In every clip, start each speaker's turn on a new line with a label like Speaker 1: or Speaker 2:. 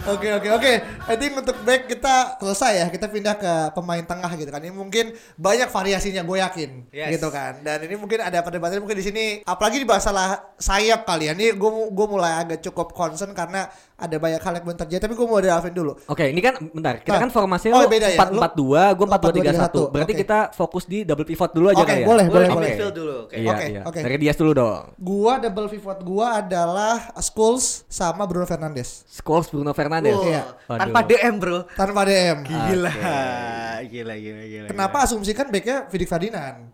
Speaker 1: Oke. I think untuk back kita selesai ya. Kita pindah ke pemain tengah gitu kan. Ini mungkin banyak variasinya gue yakin.
Speaker 2: Yes.
Speaker 1: Gitu kan. Dan ini mungkin ada perdebatan mungkin di sini. Apalagi di masalah sayap kali ya. Ini gue mulai agak cukup concern karena ada banyak hal yang belum terjadi. Tapi gue mau dari Alvin dulu.
Speaker 3: Oke, ini kan bentar. Kita kan formasinya
Speaker 1: beda ya?
Speaker 3: 4-4-2, gue 4-2-3-1. Berarti kita fokus di double pivot dulu aja kali ya.
Speaker 1: Boleh.
Speaker 2: Midfield dulu.
Speaker 3: Iya.
Speaker 1: Oke.
Speaker 3: Dari Dias dulu dong.
Speaker 1: Gua double pivot gua adalah Scholes sama Bruno Fernandes.
Speaker 3: Scholes, Bruno Fernandes.
Speaker 1: Iya.
Speaker 2: Tanpa DM bro.
Speaker 1: Tanpa DM.
Speaker 2: Gila.
Speaker 1: Kenapa asumsikan backnya Vidic Ferdinand?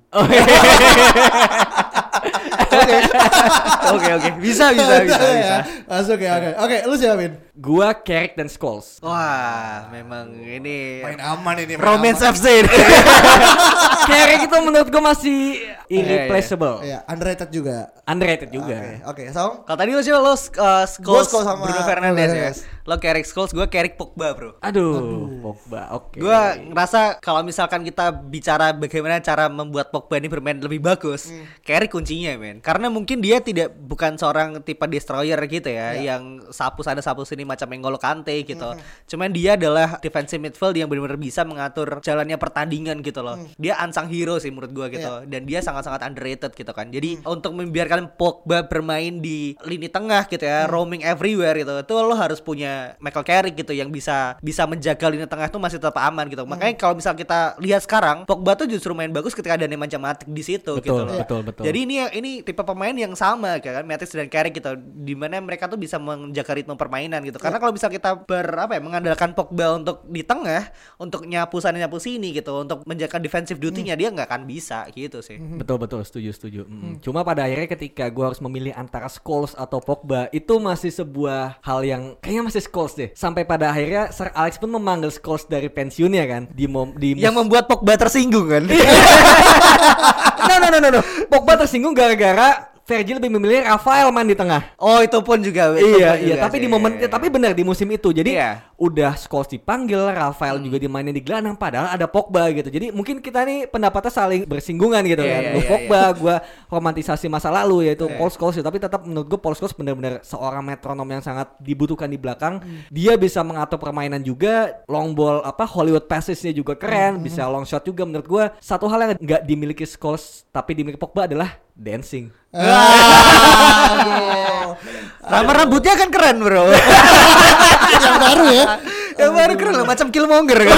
Speaker 2: Oke. Bisa.
Speaker 1: Masuk ya. Oke, lu siapa, Bin?
Speaker 3: Gua Carrick dan Scholes.
Speaker 2: Wah, memang ini
Speaker 1: Main aman ini.
Speaker 2: Romance FC.
Speaker 3: Carrick itu menurut gua masih irreplaceable.
Speaker 1: Iya, underrated juga. Oke, Song.
Speaker 2: Kalau tadi lo siapa? Lo
Speaker 1: Gua
Speaker 2: Scholes
Speaker 1: Scholes sama
Speaker 2: Bruno Fernandes ya.
Speaker 1: Fernandes.
Speaker 2: Lo Carrick Scholes, gue Carrick Pogba bro.
Speaker 3: Aduh. Pogba. Oke.
Speaker 2: Gue ngerasa kalau misalkan kita bicara bagaimana cara membuat Pogba ini bermain lebih bagus, Carrick kuncinya men. Karena mungkin dia bukan seorang tipe destroyer gitu ya, yang sapu sana sapu sini macam N'Golo Kante gitu. Cuman dia adalah defensive midfield yang benar-benar bisa mengatur jalannya pertandingan gitu loh. Dia unsung hero sih menurut gue gitu. Dan dia sangat-sangat underrated gitu kan. Jadi untuk membiarkan Pogba bermain di lini tengah gitu ya, roaming everywhere gitu, itu lo harus punya Michael Carrick gitu yang bisa menjaga lini tengah itu masih tetap aman gitu. Makanya kalau misal kita lihat sekarang, Pogba tuh justru main bagus ketika ada Nemanja Matic di situ gitu loh.
Speaker 3: Betul.
Speaker 2: Jadi ini tipe pemain yang sama kan, Matic dan Carrick gitu, di mana mereka tuh bisa menjaga ritme permainan gitu. Karena kalau misal kita mengandalkan Pogba untuk di tengah, untuk nyapu sana nyapu sini gitu, untuk menjaga defensive duty-nya, dia nggak akan bisa gitu sih.
Speaker 3: Betul, setuju. Cuma pada akhirnya ketika gue harus memilih antara Scholes atau Pogba, itu masih sebuah hal yang kayaknya masih Scholes deh. Sampai pada akhirnya Sir Alex pun memanggil Scholes dari pensiunnya kan,
Speaker 2: yang membuat Pogba tersinggung kan.
Speaker 3: No. Pogba tersinggung gara-gara Virgil lebih memilih Rafael main di tengah.
Speaker 2: Oh, itu pun juga.
Speaker 3: Iya, tapi tapi benar di musim itu. Jadi udah Scholes dipanggil, Rafael juga dimainin di gelandang, padahal ada Pogba gitu. Jadi mungkin kita nih pendapatnya saling bersinggungan gitu kan. Lu Pogba, gua romantisasi masa lalu yaitu Paul Scholes, tapi tetap menurut gua Paul Scholes benar-benar seorang metronom yang sangat dibutuhkan di belakang. Dia bisa mengatur permainan juga, long ball Hollywood passes-nya juga keren, bisa long shot juga. Menurut gua satu hal yang enggak dimiliki Scholes tapi dimiliki Pogba adalah dancing.
Speaker 2: Rambutnya kan keren bro.
Speaker 1: Yang baru ya.
Speaker 2: Yang baru keren loh, macam Killmonger kan.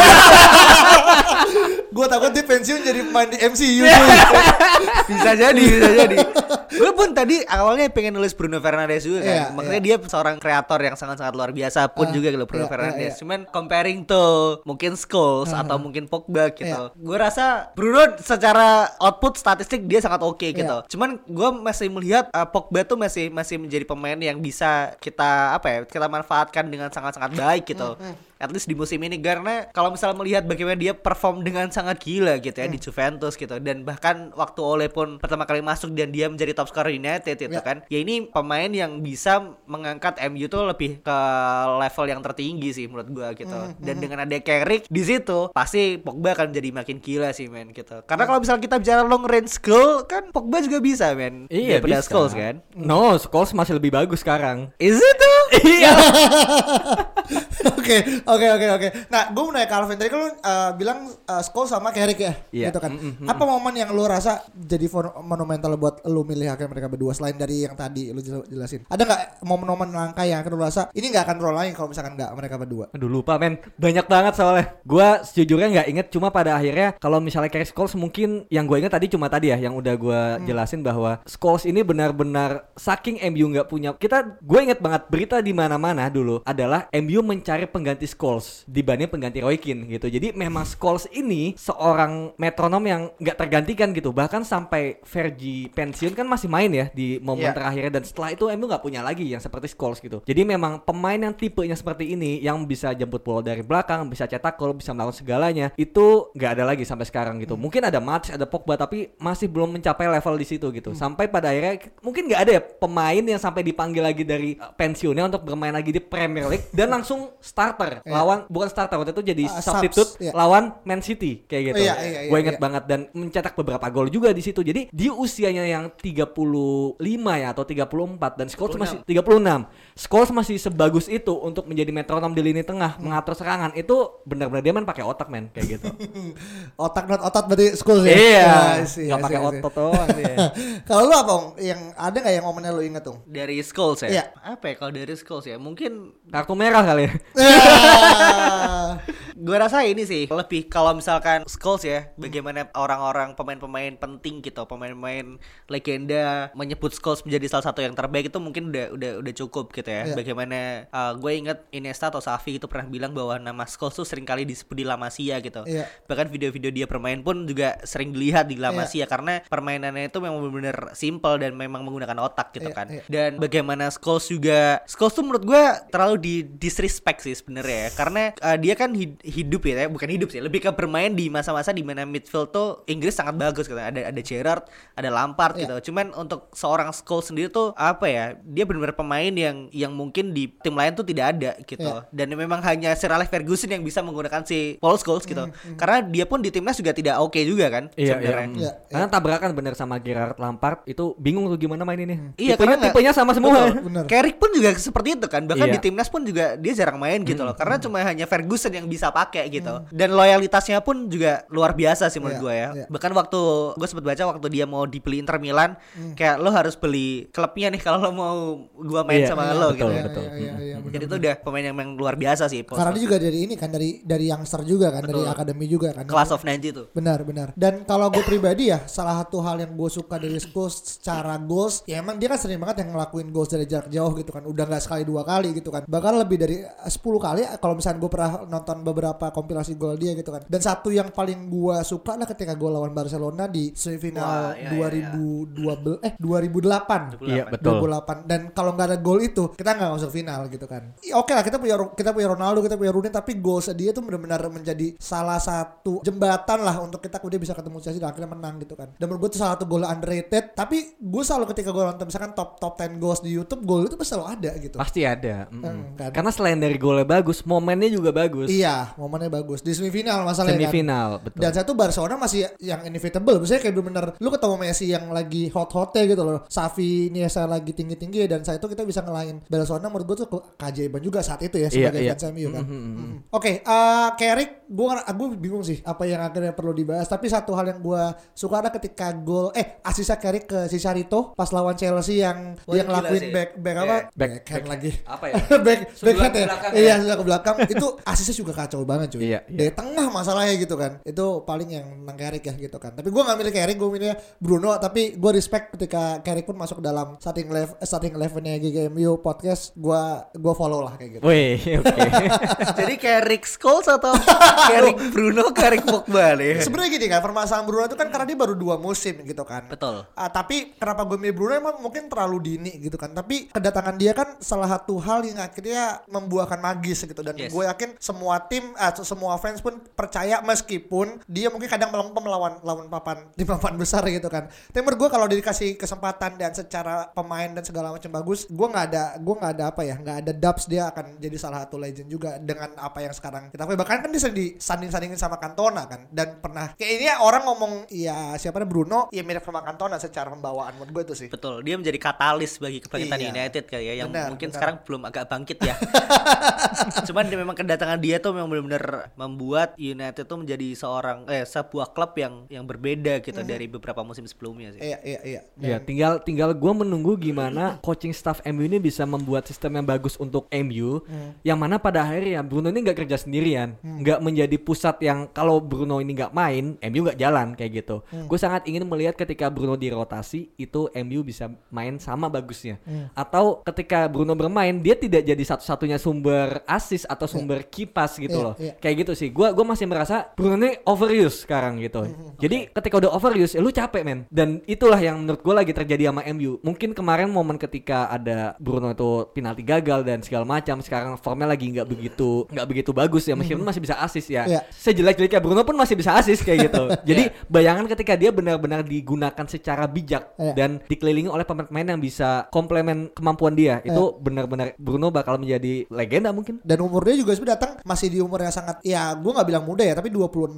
Speaker 1: Gue takut dia pensiun jadi pemain di MCU.
Speaker 2: Bisa jadi. Gue pun tadi awalnya pengen nulis Bruno Fernandes juga kan. Makanya dia seorang kreator yang sangat-sangat luar biasa pun juga gitu Bruno Fernandes. Cuman comparing to mungkin Scholes atau mungkin Pogba gitu. Gue rasa Bruno secara output statistik dia sangat oke gitu. Cuman gue masih melihat Pogba tuh masih menjadi pemain yang bisa kita kita manfaatkan dengan sangat-sangat baik gitu. At least di musim ini, karena kalau misalnya melihat bagaimana dia perform dengan sangat gila gitu ya di Juventus gitu, dan bahkan waktu Ole pun pertama kali masuk dan dia menjadi top scorer United itu kan, ya ini pemain yang bisa mengangkat MU tuh lebih ke level yang tertinggi sih menurut gua gitu. Dan dengan ada Carrick di situ, pasti Pogba akan jadi makin gila sih men gitu. Karena kalau misalnya kita bicara long range goal kan Pogba juga bisa men.
Speaker 3: Iya,
Speaker 2: daripada
Speaker 3: bisa.
Speaker 2: Scholes kan.
Speaker 3: No, Scholes masih lebih bagus sekarang.
Speaker 2: Is it tuh?
Speaker 3: Iya.
Speaker 1: Oke. Nah, gue mau nanya ke Alvin. Tadi kan lu bilang Scholes sama Carrick ya, gitu kan. Apa momen yang lu rasa jadi monumental buat lu milih akhirnya mereka berdua selain dari yang tadi lu jelasin? Ada nggak momen-momen langka yang akan lu rasa ini nggak akan roll lagi kalau misalkan nggak mereka berdua?
Speaker 3: Aduh lupa men, banyak banget soalnya. Gua sejujurnya nggak inget, cuma pada akhirnya kalau misalnya Carrick Scholes mungkin yang gue inget tadi cuma tadi ya yang udah gue jelasin bahwa Scholes ini benar-benar saking MU nggak punya. Gue inget banget berita di mana-mana dulu adalah MU mencari pengganti Scholes dibanding pengganti Roy Keane gitu. Jadi memang Scholes ini seorang metronom yang nggak tergantikan gitu. Bahkan sampai Fergie pensiun kan masih main ya di momen terakhirnya, dan setelah itu MU nggak punya lagi yang seperti Scholes gitu. Jadi memang pemain yang tipenya seperti ini yang bisa jemput bola dari belakang, bisa cetak gol, bisa melakukan segalanya, itu nggak ada lagi sampai sekarang gitu. Mungkin ada Matic, ada Pogba, tapi masih belum mencapai level di situ gitu. Sampai pada akhirnya mungkin nggak ada ya pemain yang sampai dipanggil lagi dari pensiunnya untuk bermain lagi di Premier League dan langsung starter lawan bukan starter waktu itu jadi substitute lawan Man City kayak gitu. Gue inget banget dan mencetak beberapa gol juga di situ. Jadi di usianya yang 35 ya atau 34 dan Scholes masih 36. Scholes masih sebagus itu untuk menjadi metronom di lini tengah, mengatur serangan. Itu benar-benar dia main pakai otak men kayak gitu.
Speaker 1: Otak not otot berarti Scholes ya.
Speaker 3: Iya. Enggak pakai otot doang dia.
Speaker 1: Kalau lu apa, Ong? Yang ada enggak yang momennya lu inget, Ong?
Speaker 2: Dari Scholes ya?
Speaker 1: Iya.
Speaker 2: Apa ya kalau dari Scholes ya? Mungkin
Speaker 3: kartu merah kali ya.
Speaker 2: Gue rasa ini sih lebih kalau misalkan Scholes ya, bagaimana orang-orang pemain-pemain penting gitu, pemain-pemain legenda menyebut Scholes menjadi salah satu yang terbaik itu mungkin udah cukup gitu ya. Bagaimana gue inget Iniesta atau Xavi itu pernah bilang bahwa nama Scholes tuh sering kali disebut di La Masia gitu. Bahkan video-video dia bermain pun juga sering dilihat di La Masia karena permainannya itu memang benar-benar simple dan memang menggunakan otak gitu kan. Dan bagaimana Scholes tuh menurut gue terlalu di disrespect sih sebenarnya ya. Karena dia kan hidup ya, bukan hidup sih, lebih ke bermain di masa-masa di mana midfield tuh Inggris sangat bagus gitu. Ada Gerrard, ada Lampard gitu. Cuman untuk seorang Scholes sendiri tuh apa ya? Dia benar-benar pemain yang mungkin di tim lain tuh tidak ada gitu. Dan memang hanya Sir Alex Ferguson yang bisa menggunakan si Paul Scholes gitu. Karena dia pun di timnas juga tidak oke juga kan sebenarnya.
Speaker 3: Karena tabrakan bener sama Gerrard Lampard itu bingung tuh gimana main ini.
Speaker 2: Iya, karena
Speaker 3: tipenya sama semua.
Speaker 2: Carrick pun juga seperti itu kan. Bahkan di timnas pun juga dia jarang main gitu loh. Karena cuma hanya Ferguson yang bisa pakai gitu. Dan loyalitasnya pun juga luar biasa sih menurut gue ya. Bahkan waktu gue sempat baca waktu dia mau dibeli Inter Milan, kayak lo harus beli klubnya nih kalau lo mau gue main sama lo gitu.
Speaker 3: Betul.
Speaker 2: Jadi itu udah pemain yang luar biasa sih.
Speaker 1: Karena dia juga dari ini kan dari youngster juga kan, dari akademi juga kan.
Speaker 2: Class of 90 tuh.
Speaker 1: Benar. Dan kalau gue pribadi ya, salah satu hal yang gue suka dari Scholes secara goals, ya emang dia kan sering banget yang ngelakuin goals dari jarak jauh gitu kan. Udah gak sekali 2 kali gitu kan. Bahkan lebih dari 10 kali kalau misalnya gue pernah nonton beberapa kompilasi gol dia gitu kan. Dan satu yang paling gue suka lah ketika gue lawan Barcelona di semifinal 2008.
Speaker 3: Iya betul.
Speaker 1: 2008. Dan kalau nggak ada gol itu kita nggak masuk final gitu kan. Oke lah, kita punya Ronaldo, kita punya Rooney, tapi gol dia tuh benar-benar menjadi salah satu jembatan lah untuk kita kemudian bisa ketemu Chelsea dan akhirnya menang gitu kan. Dan menurut gue itu salah satu gol underrated. Tapi gue selalu ketika gue nonton misalkan top 10 goals di YouTube, gol itu selalu ada gitu.
Speaker 3: Pasti ada.
Speaker 1: Kan?
Speaker 3: Karena selain dari golnya bagus, momennya juga bagus.
Speaker 1: Iya, momennya bagus di semifinal masalahnya kan.
Speaker 3: Betul.
Speaker 1: Dan satu Barcelona masih yang inevitable. Misalnya kayak benar-benar lu ketemu Messi yang lagi hot-hotnya gitu loh. Xavi ini saya lagi tinggi-tinggi dan saat itu kita bisa ngelain Barcelona. Menurut gue tuh keajaiban juga saat itu ya sebagai fans MU kan. Oke, Carrick gue bingung sih apa yang akhirnya perlu dibahas. Tapi satu hal yang gue suka ada ketika gol asisnya Carrick ke Chicharito pas lawan Chelsea yang dia ngelakuin backhand lagi.
Speaker 3: Apa ya?
Speaker 1: backhand ya. Iya, sudah ke belakang. Itu asisnya juga kacau banget cuy. Dari tengah masalahnya gitu kan. Itu paling yang menang Carrick ya gitu kan. Tapi gue gak milih Carrick, gue milih Bruno. Tapi gue respect ketika Carrick pun masuk dalam starting 11-nya GGMU podcast. Gue follow lah kayak gitu.
Speaker 3: Wih, oke.
Speaker 2: Jadi Carrick Scholes atau Carrick Bruno, Carrick Pogba nih?
Speaker 1: Sebenarnya gini kan, permasalahan Bruno itu kan karena dia baru 2 musim gitu kan.
Speaker 2: Betul.
Speaker 1: Tapi kenapa gue milih Bruno emang mungkin terlalu dini gitu kan. Tapi kedatangan dia kan salah satu hal yang akhirnya membuahkan magis gitu. Dan gue yakin semua tim, semua fans pun percaya meskipun dia mungkin kadang melawan papan besar gitu kan. Tapi menurut gue kalau dikasih kesempatan dan secara pemain dan segala macam bagus, gue nggak ada dubs dia akan jadi salah satu legend juga dengan apa yang sekarang kita pakai. Bahkan kan dia sering disanding-sandingin sama Cantona kan. Dan pernah kayak ini orang ngomong ya siapa Bruno ya mirip sama Cantona secara pembawaan menurut gue itu sih.
Speaker 2: Betul, dia menjadi katalis bagi kebangkitan United kali ya yang mungkin sekarang belum agak bangkit ya. Cuman dia memang kedatangan dia tuh memang benar-benar membuat United tuh menjadi sebuah klub yang berbeda gitu dari beberapa musim sebelumnya sih.
Speaker 1: Iya.
Speaker 3: Tinggal gue menunggu gimana coaching staff MU ini bisa membuat sistem yang bagus untuk MU, yang mana pada akhirnya Bruno ini nggak kerja sendirian, nggak menjadi pusat yang kalau Bruno ini nggak main, MU nggak jalan kayak gitu. Gue sangat ingin melihat ketika Bruno dirotasi itu MU bisa main sama bagusnya, atau ketika Bruno bermain dia tidak jadi satu-satunya sumber assist atau sumber kipas gitu loh. gitu. Kayak gitu sih. Gua masih merasa Bruno ini overuse sekarang gitu. Jadi ketika udah overuse lu capek men. Dan itulah yang menurut gue lagi terjadi sama MU. Mungkin kemarin momen ketika ada Bruno itu penalti gagal dan segala macam, sekarang formnya lagi nggak begitu bagus ya, meskipun masih bisa assist ya. Sejelek-jeleknya Bruno pun masih bisa assist kayak gitu. Jadi bayangan ketika dia benar-benar digunakan secara bijak dan dikelilingi oleh pemain yang bisa komplement kemampuan dia, itu benar-benar Bruno bakal menjadi legenda mungkin.
Speaker 1: Dan umurnya juga sebenarnya datang masih di umur yang sangat, ya gue nggak bilang muda ya, tapi 25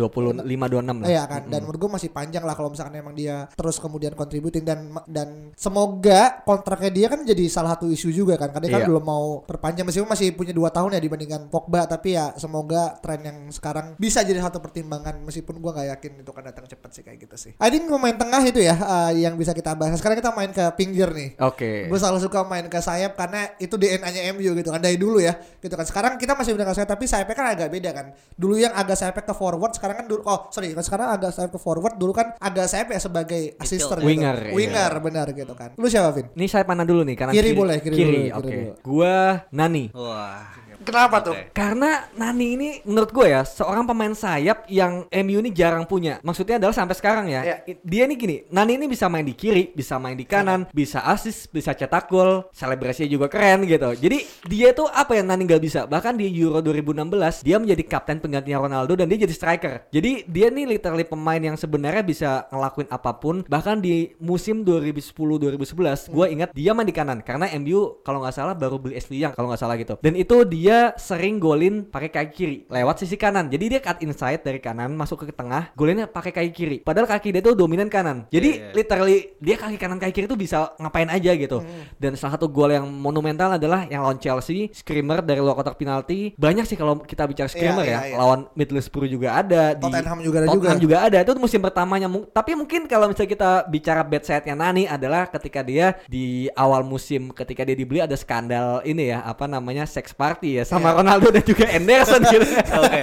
Speaker 3: 26 lah.
Speaker 1: Iya kan. Dan menurut gue masih panjang lah kalau misalkan emang dia terus kemudian contributing, dan semoga kontraknya dia kan jadi salah satu isu juga kan, karena kan belum mau perpanjang meskipun masih punya 2 tahun ya dibandingkan Pogba, tapi ya semoga tren yang sekarang bisa jadi satu pertimbangan, meskipun gue nggak yakin itu akan datang cepat sih kayak gitu sih. I think pemain tengah itu ya yang bisa kita bahas. Sekarang kita main ke pinggir nih.
Speaker 3: Oke.
Speaker 1: Gue selalu suka main ke sayap karena itu DNA-nya MU gitu kan dari dulu ya gitu kan. Sekarang kita masih benar sayap, tapi sayapnya kan agak beda kan. Dulu yang agak sayapnya ke forward, sekarang kan sekarang agak sayap ke forward, dulu kan agak sayap ya sebagai assistant gitu. Winger benar gitu kan. Lu siapa Vin?
Speaker 3: Ini sayap mana dulu nih? Kanan
Speaker 1: kiri boleh, kiri
Speaker 3: Oke. Gua Nani.
Speaker 2: Wah.
Speaker 1: Kenapa tuh?
Speaker 3: Karena Nani ini menurut gue ya seorang pemain sayap yang MU ini jarang punya. Maksudnya adalah sampai sekarang ya. Dia nih gini, Nani ini bisa main di kiri, bisa main di kanan, bisa assist, bisa cetak gol, selebrasinya juga keren gitu. Jadi dia tuh apa yang Nani gak bisa? Bahkan di Euro 2016 dia menjadi kapten penggantinya Ronaldo dan dia jadi striker. Jadi dia nih literally pemain yang sebenarnya bisa ngelakuin apapun. Bahkan di musim 2010-2011 gue ingat dia main di kanan karena MU kalau nggak salah baru beli Ashley Young kalau nggak salah gitu. Dan itu dia sering golin pakai kaki kiri lewat sisi kanan. Jadi dia cut inside dari kanan masuk ke tengah, golinnya pakai kaki kiri. Padahal kaki dia tuh dominan kanan. Jadi literally dia kaki kanan kaki kiri tuh bisa ngapain aja gitu. Dan salah satu gol yang monumental adalah yang lawan Chelsea, screamer dari luar kotak penalti. Banyak sih kalau kita bicara screamer lawan Middlesbrough juga ada,
Speaker 1: Tottenham
Speaker 3: juga ada. Itu musim pertamanya. Tapi mungkin kalau misalnya kita bicara bad side-nya Nani adalah ketika dia di awal musim ketika dia dibeli ada skandal ini ya, apa namanya, sex party ya sama Ronaldo dan juga Anderson gitu. Oke.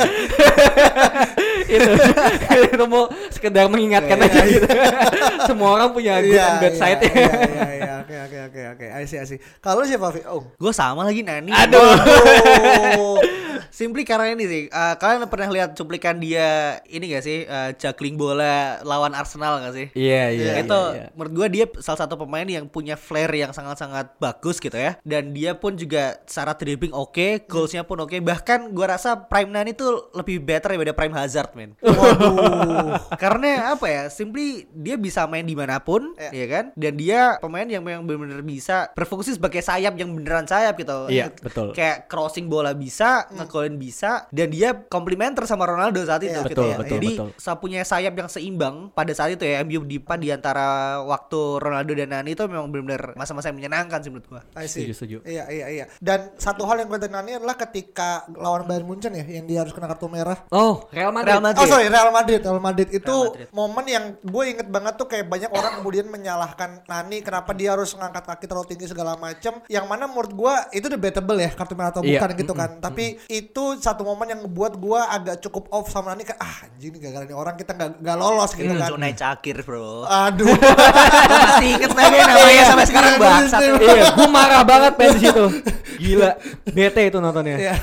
Speaker 3: Itu mau sekedar mengingatkan aja gitu. Semua orang punya good and bad side-nya.
Speaker 1: Oke. I see. Kalau siapa?
Speaker 2: Gue sama lagi Nani.
Speaker 3: Aduh.
Speaker 2: Simply karena ini sih. Kalian pernah lihat cuplikan dia ini gak sih? Juggling bola lawan Arsenal gak sih?
Speaker 3: Iya.
Speaker 2: Itu menurut gue dia salah satu pemain yang punya flair yang sangat-sangat bagus gitu ya. Dan dia pun juga secara dribbling oke, goalsnya pun oke. Bahkan gue rasa Prime Nani tuh lebih better daripada Prime Hazard, men.
Speaker 1: Waduh.
Speaker 2: Karena apa ya? Simply dia bisa main dimanapun, ya kan? Dan dia pemain yang memang benar-benar bisa berfungsi sebagai sayap yang beneran sayap gitu.
Speaker 3: Iya, betul.
Speaker 2: Kayak crossing bola bisa, ngegolin bisa, dan dia komplementer sama Ronaldo saat itu gitu ya. Jadi punya sayap yang seimbang pada saat itu ya. MU di antara waktu Ronaldo dan Nani itu memang benar-benar masa-masa yang menyenangkan sih menurut gua.
Speaker 3: Setuju.
Speaker 1: Iya. Dan satu hal yang gue Nani adalah ketika lawan Bayern Munchen ya, yang dia harus kena kartu merah.
Speaker 3: Real Madrid.
Speaker 1: Real Madrid itu momen yang gue inget banget tuh, kayak banyak orang kemudian menyalahkan Nani kenapa dia harus ngangkat kaki terlalu tinggi segala macam. Yang mana menurut gue itu debatable ya, kartu merah atau bukan gitu kan. Tapi itu satu momen yang ngebuat gue agak cukup off sama Nani, kayak anjing nih gara-gara ini orang kita nggak lolos gitu kan.
Speaker 2: Zona Cakir bro.
Speaker 1: Aduh.
Speaker 2: Masih inget lagi namanya sampai sekarang bangsat.
Speaker 3: Iya, gue marah banget di situ. Gila, bete itu nontonnya.
Speaker 1: Iya.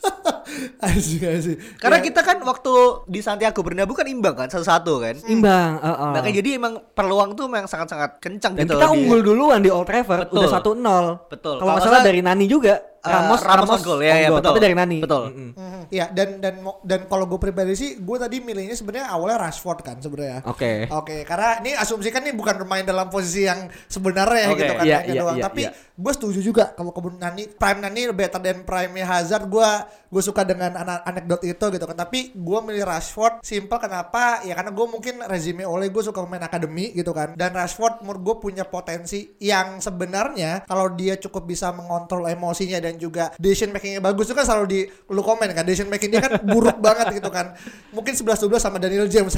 Speaker 1: Asik.
Speaker 2: Karena kita kan waktu di Santiago Bernabeu kan imbang kan 1-1 kan.
Speaker 3: Imbang.
Speaker 2: Makanya jadi emang peluang tuh memang sangat-sangat kencang
Speaker 3: dan
Speaker 2: gitu.
Speaker 3: Dan kita unggul duluan di Old Trafford. Udah 1-0.
Speaker 2: Betul.
Speaker 3: Kalau nggak salah dari Nani juga. Ramos
Speaker 2: gol ya, betul.
Speaker 3: Tapi dari Nani.
Speaker 2: Betul.
Speaker 1: Iya, dan kalau gue pribadi sih, gue tadi milihnya sebenarnya awalnya Rashford kan sebenarnya.
Speaker 3: Oke,
Speaker 1: karena ini asumsikan nih bukan bermain dalam posisi yang sebenarnya gitu kan. Tapi gue setuju juga kalau kebun Prime Nani better than Prime Hazard. Gue suka dengan anekdot itu gitu kan. Tapi gue milih Rashford simple, kenapa? Ya karena gue mungkin resume Ole, gue suka main akademi gitu kan. Dan Rashford menurut gue punya potensi yang sebenarnya kalau dia cukup bisa mengontrol emosinya dan juga decision makingnya bagus, itu kan selalu di lu komen kan, decision making dia kan buruk banget gitu kan. Mungkin 11-12 sama Daniel James.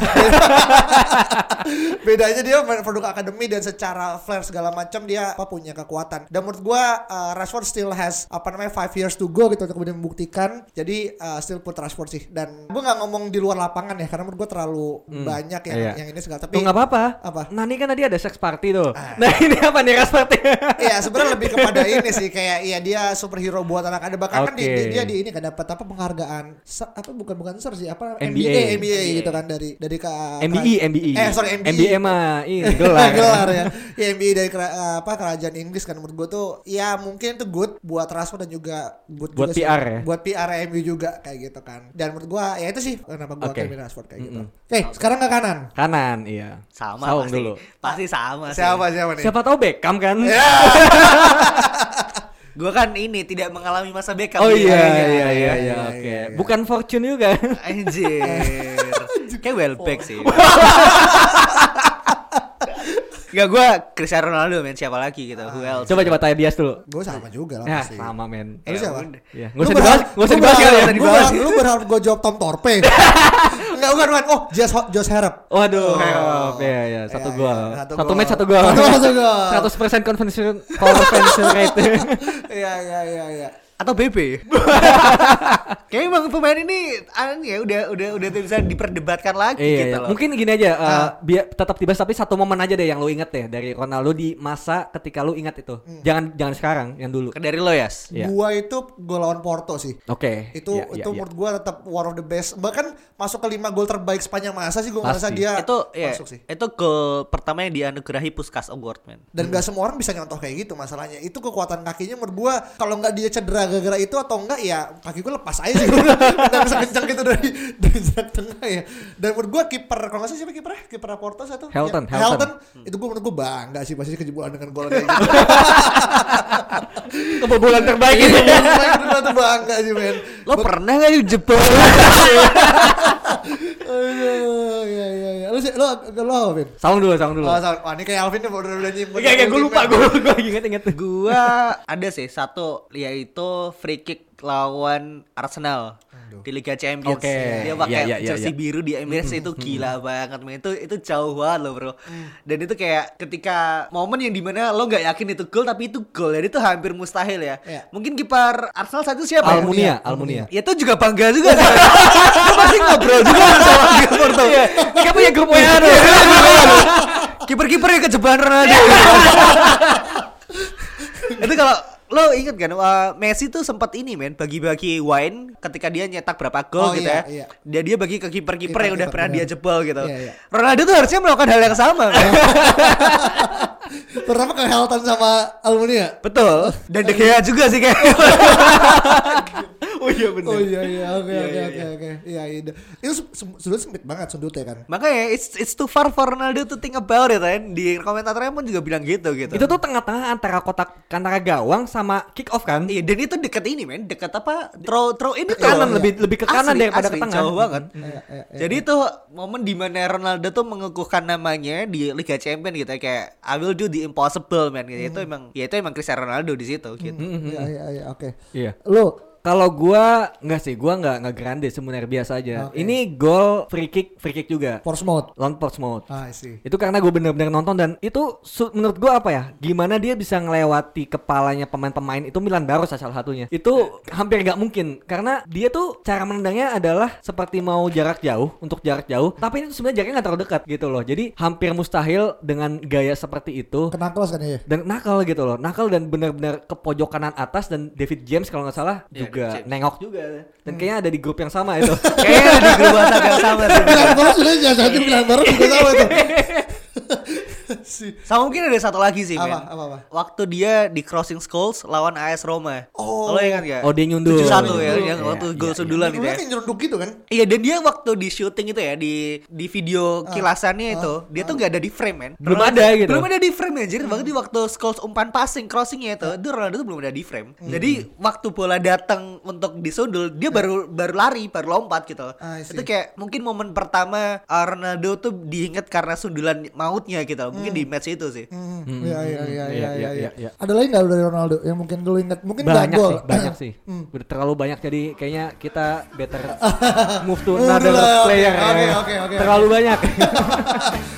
Speaker 1: Bedanya dia produk akademi dan secara flair segala macam dia punya kekuatan. Dan menurut gua Rashford still has 5 years to go gitu untuk kemudian membuktikan. Jadi still put Rashford sih. Dan gua nggak ngomong di luar lapangan ya, karena menurut gua terlalu banyak yang ini segala. Tapi
Speaker 3: nggak apa-apa. Nani kan tadi ada sex party tuh. Nah ini apa nih sex party?
Speaker 1: Iya sebenarnya lebih kepada ini sih, kayak dia superhero superhero buat anak ada. Bahkan kan dia di ini kan dapat apa penghargaan bukan SIR sih apa NBA gitu kan dari
Speaker 3: MBE.
Speaker 1: Sorry
Speaker 3: NBA mah ini gelar
Speaker 1: ya. Ya NBA dari kerajaan Inggris kan menurut gue tuh ya mungkin itu good buat Rashford dan juga buat
Speaker 3: PR
Speaker 1: sih,
Speaker 3: ya.
Speaker 1: buat PR MU juga kayak gitu kan. Dan menurut gue ya itu sih kenapa gue pilih Rashford kayak gitu. Oke, sekarang ke kanan.
Speaker 3: Kanan, iya.
Speaker 2: Sama
Speaker 3: Saung
Speaker 2: pasti.
Speaker 3: dulu.
Speaker 2: Pasti sama sih.
Speaker 1: Siapa nih?
Speaker 3: Siapa tahu Beckham kan?
Speaker 2: Gue kan ini tidak mengalami masa Beckham.
Speaker 3: Oh iya, oke. Bukan Fortune juga.
Speaker 2: Anjir. Kayak Welbeck sih. Gak, gue Cristiano Ronaldo men, siapa lagi gitu. Who else?
Speaker 3: Coba tanya Dias dulu.
Speaker 1: Gue sama juga lah
Speaker 3: Ya,
Speaker 1: pasti.
Speaker 3: sama men.
Speaker 1: Lu siapa?
Speaker 3: Ya, enggak usah dibahas.
Speaker 1: Lu berharap gue jawab Tom Thorpe. Enggak, bukan. Oh, Josh Harrop.
Speaker 3: Waduh, ya, satu gol. Satu match 1 gol. 100% conversion rate.
Speaker 1: Iya.
Speaker 2: Atau BP. Kayaknya emang pemain ini ya udah bisa diperdebatkan lagi gitu loh.
Speaker 3: Mungkin gini aja, biar tetap dibahas tapi satu momen aja deh yang lu inget deh dari Ronaldo di masa ketika lu ingat itu. Jangan sekarang, yang dulu.
Speaker 2: Dari lo ya?
Speaker 1: Gua itu gol lawan Porto sih.
Speaker 3: Oke.
Speaker 1: Itu menurut gua tetap one of the best. Bahkan masuk ke 5 gol terbaik sepanjang masa sih gua ngerasa dia masuk sih.
Speaker 2: Itu gol pertama yang dianugerahi Puskás Award man.
Speaker 1: Dan gak semua orang bisa nyontoh kayak gitu masalahnya. Itu kekuatan kakinya menurut gua kalau nggak dia cedera gara-gara itu atau enggak ya kaki gue lepas aja sih. Udah bisa kencang gitu dari jarak tengah ya. Dan menurut gue kiper kalau nggak salah siapa kipernya? Kiper Porto satu.
Speaker 3: Helton.
Speaker 1: Itu gue menurut gue bangga sih pasti kejebolan dengan gol kayak gitu.
Speaker 3: Kebobolan terbaik
Speaker 1: itu. Itu tuh bangga sih men.
Speaker 2: Lo pernah nggak jebol?
Speaker 1: Iya. Lo apa Vin?
Speaker 3: Saung dulu.
Speaker 1: Wah ini kayak Alvin nih udah nyimpen.
Speaker 3: Kayak gue lupa gue inget.
Speaker 2: Gua ada sih satu yaitu free kick lawan Arsenal di Liga Champions. Dia pakai jersey biru di Emirates itu gila banget men. Itu jauh banget loh bro. Dan itu kayak ketika momen yang dimana lo nggak yakin itu gol tapi itu gol. Jadi itu hampir mustahil ya. Mungkin kiper Arsenal satu siapa?
Speaker 3: Almunia.
Speaker 2: Ya itu juga bangga juga. Lo pasti ngobrol juga sama kiper tuh.
Speaker 3: Kita punya grup WA tuh.
Speaker 2: Kiper-kiper yang kejebak Ronaldo. Itu kalau lo inget kan Messi tuh sempat ini men bagi-bagi wine ketika dia nyetak berapa gol gitu ya. Dia bagi ke kiper-kiper yang udah pernah dia jebol gitu. Ronaldo tuh harusnya melakukan hal yang sama.
Speaker 1: Pertama ke Helton sama Almunia.
Speaker 2: Betul. Dan De Gea juga sih kayak.
Speaker 1: Oh iya oke. Iya. Itu sudut sempit banget sudutnya kan.
Speaker 2: Makanya it's too far for Ronaldo to think about it kan. Di komentatornya pun juga bilang gitu.
Speaker 3: Itu tuh tengah-tengah antara gawang sama kick off kan.
Speaker 2: Iya, dan itu dekat ini men, dekat apa? Throw ini
Speaker 3: kanan lebih ke kanan daripada ke tengah.
Speaker 2: Jauh banget. Jadi itu momen di mana Ronaldo tuh mengukuhkan namanya di Liga Champions gitu kayak I will do the impossible man gitu. Itu emang Cristiano Ronaldo di situ gitu.
Speaker 1: Iya, oke.
Speaker 3: Iya.
Speaker 1: Lu
Speaker 3: kalau gua nggak grande sebenarnya biasa aja. Ini gol free kick juga.
Speaker 1: Portsmouth.
Speaker 3: Lawan Portsmouth.
Speaker 1: I see.
Speaker 3: Itu karena gue bener-bener nonton dan itu menurut gua apa ya? Gimana dia bisa ngelewati kepalanya pemain-pemain itu Milan Baros salah satunya. Itu hampir nggak mungkin karena dia tuh cara menendangnya adalah seperti mau jarak jauh, tapi itu sebenarnya jaraknya nggak terlalu dekat gitu loh. Jadi hampir mustahil dengan gaya seperti itu.
Speaker 1: Kenakal kan ya?
Speaker 3: Dan nakal gitu loh. Nakal dan benar-benar ke pojok kanan atas dan David James kalau nggak salah juga nengok juga dan kayaknya ada di grup yang sama itu.
Speaker 2: Kayaknya ada di grup WhatsApp yang sama tuh.
Speaker 1: Milan Baros sudah jadi Milan Baros juga sama itu.
Speaker 2: Sama mungkin ada satu lagi sih men.
Speaker 1: Apa?
Speaker 2: Waktu dia di Crossing Skulls lawan AS Roma. Lo ingat gak?
Speaker 3: Oh dia nyundul
Speaker 2: 7-1 ya yang waktu gol sundulan gitu ya.
Speaker 1: Dia nyeruduk gitu kan?
Speaker 2: Iya, dan dia waktu di syuting itu ya di video kilasannya itu dia tuh gak ada di frame men.
Speaker 3: Belum ada gitu.
Speaker 2: Belum ada di frame ya. Jadi waktu Skulls umpan passing crossingnya itu Ronaldo tuh belum ada di frame. Jadi waktu bola datang untuk disundul dia baru lari, baru lompat gitu. Itu kayak mungkin momen pertama Ronaldo tuh diingat karena sundulan mautnya gitu. Mungkin di match itu sih.
Speaker 1: Iya. Ada lagi nggak dari Ronaldo yang mungkin lu ingat? Mungkin
Speaker 3: banyak sih. Udah terlalu banyak jadi kayaknya kita better move to another player.
Speaker 1: Oke.
Speaker 3: Terlalu banyak.